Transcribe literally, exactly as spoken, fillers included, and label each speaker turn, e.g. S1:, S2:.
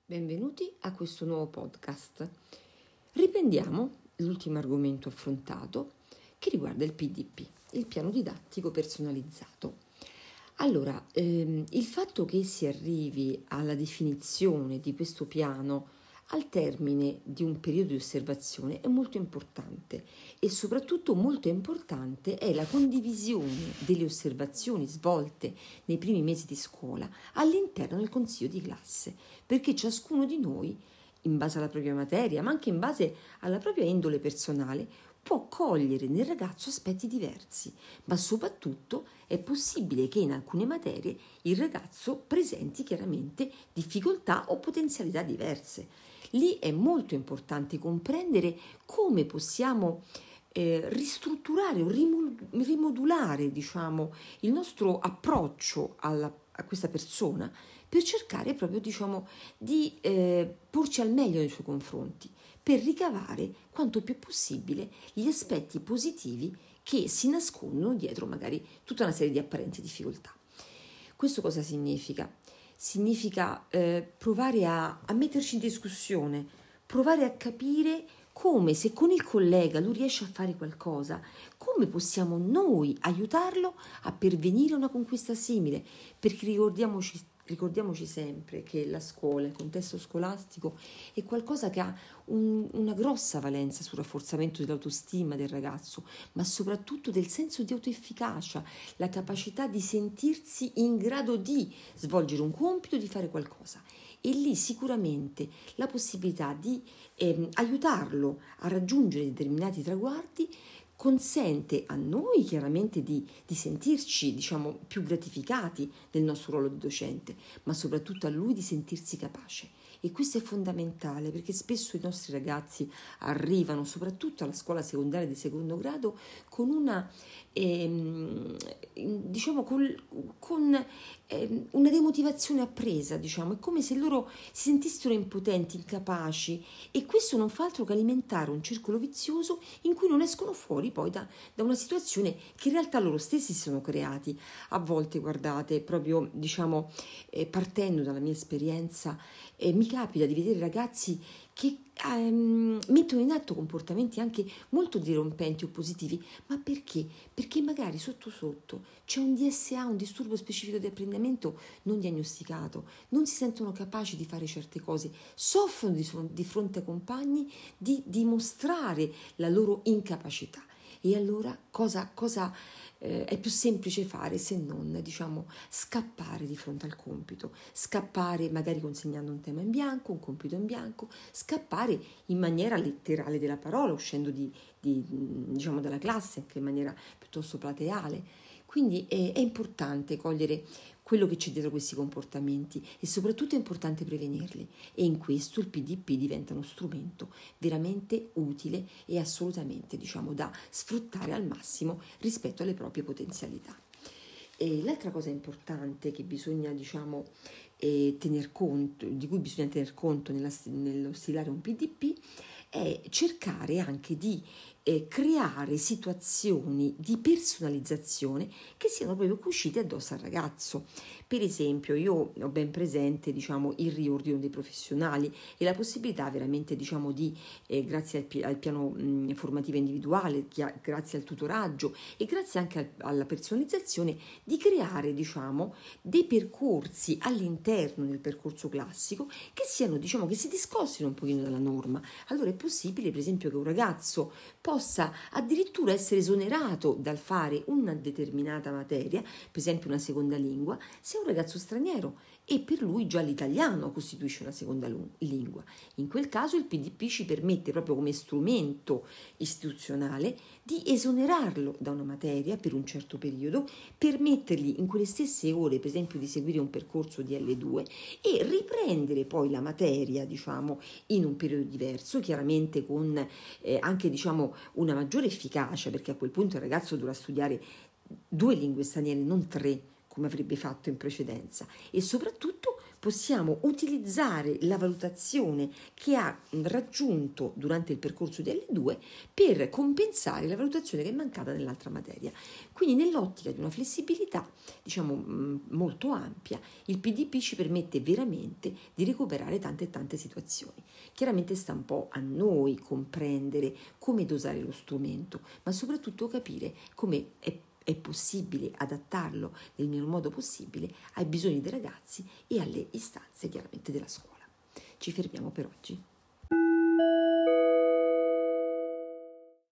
S1: Benvenuti a questo nuovo podcast. Riprendiamo l'ultimo argomento affrontato che riguarda il P D P, il piano didattico personalizzato. Allora, ehm, il fatto che si arrivi alla definizione di questo piano al termine di un periodo di osservazione è molto importante e soprattutto molto importante è la condivisione delle osservazioni svolte nei primi mesi di scuola all'interno del consiglio di classe, perché ciascuno di noi, in base alla propria materia, ma anche in base alla propria indole personale, può cogliere nel ragazzo aspetti diversi, ma soprattutto è possibile che in alcune materie il ragazzo presenti chiaramente difficoltà o potenzialità diverse. Lì è molto importante comprendere come possiamo eh, ristrutturare o rimodulare, diciamo, il nostro approccio alla, a questa persona per cercare proprio, diciamo, di eh, porci al meglio nei suoi confronti, per ricavare quanto più possibile gli aspetti positivi che si nascondono dietro magari tutta una serie di apparenti difficoltà. Questo cosa significa? Significa eh, provare a, a metterci in discussione, provare a capire come, se con il collega lui riesce a fare qualcosa, come possiamo noi aiutarlo a pervenire a una conquista simile, perché ricordiamoci Ricordiamoci sempre che la scuola, il contesto scolastico è qualcosa che ha un, una grossa valenza sul rafforzamento dell'autostima del ragazzo, ma soprattutto del senso di autoefficacia, la capacità di sentirsi in grado di svolgere un compito, di fare qualcosa. E lì sicuramente la possibilità di ehm, aiutarlo a raggiungere determinati traguardi consente a noi chiaramente di, di sentirci, diciamo, più gratificati nel nostro ruolo di docente, ma soprattutto a lui di sentirsi capace. E questo è fondamentale perché spesso i nostri ragazzi arrivano, soprattutto alla scuola secondaria di secondo grado, con una, ehm, diciamo, col, con ehm, una demotivazione appresa, diciamo, è come se loro si sentissero impotenti, incapaci, e questo non fa altro che alimentare un circolo vizioso in cui non escono fuori poi da, da una situazione che in realtà loro stessi si sono creati. A volte, guardate, proprio, diciamo, eh, partendo dalla mia esperienza, eh, mi capita di vedere ragazzi che ehm, mettono in atto comportamenti anche molto dirompenti o positivi, ma perché? Perché magari sotto sotto c'è un D S A, un disturbo specifico di apprendimento non diagnosticato, non si sentono capaci di fare certe cose, soffrono di, di fronte ai compagni di dimostrare la loro incapacità. E allora cosa, cosa eh, è più semplice fare se non, diciamo, scappare di fronte al compito, scappare magari consegnando un tema in bianco, un compito in bianco, scappare in maniera letterale della parola, uscendo di, di, diciamo, dalla classe anche in maniera piuttosto plateale. Quindi è, è importante cogliere quello che c'è dietro questi comportamenti e soprattutto è importante prevenirli, e in questo il P D P diventa uno strumento veramente utile e assolutamente, diciamo, da sfruttare al massimo rispetto alle proprie potenzialità. E l'altra cosa importante che bisogna, diciamo, eh, tener conto, di cui bisogna tener conto nella, nello stilare un P D P è cercare anche di eh, creare situazioni di personalizzazione che siano proprio cucite addosso al ragazzo. Per esempio, io ho ben presente, diciamo, il riordino dei professionali e la possibilità veramente, diciamo, di, eh, grazie al, pi- al piano mh, formativo individuale, chia- grazie al tutoraggio e grazie anche al- alla personalizzazione, di creare, diciamo, dei percorsi all'interno del percorso classico che siano, diciamo, che si discostino un pochino dalla norma. Allora è possibile, per esempio, che un ragazzo possa addirittura essere esonerato dal fare una determinata materia, per esempio una seconda lingua, se è un ragazzo straniero e per lui già l'italiano costituisce una seconda lingua. In quel caso il P D P ci permette, proprio come strumento istituzionale, di esonerarlo da una materia per un certo periodo, permettergli in quelle stesse ore, per esempio, di seguire un percorso di L due e riprendere poi la materia, diciamo, in un periodo diverso, chiaramente con eh, anche, diciamo, una maggiore efficacia, perché a quel punto il ragazzo dovrà studiare due lingue straniere, non tre, come avrebbe fatto in precedenza, e soprattutto possiamo utilizzare la valutazione che ha raggiunto durante il percorso di L due per compensare la valutazione che è mancata nell'altra materia. Quindi nell'ottica di una flessibilità, diciamo, molto ampia, il P D P ci permette veramente di recuperare tante e tante situazioni. Chiaramente sta un po' a noi comprendere come dosare lo strumento, ma soprattutto capire come è è possibile adattarlo nel miglior modo possibile ai bisogni dei ragazzi e alle istanze chiaramente della scuola. Ci fermiamo per oggi.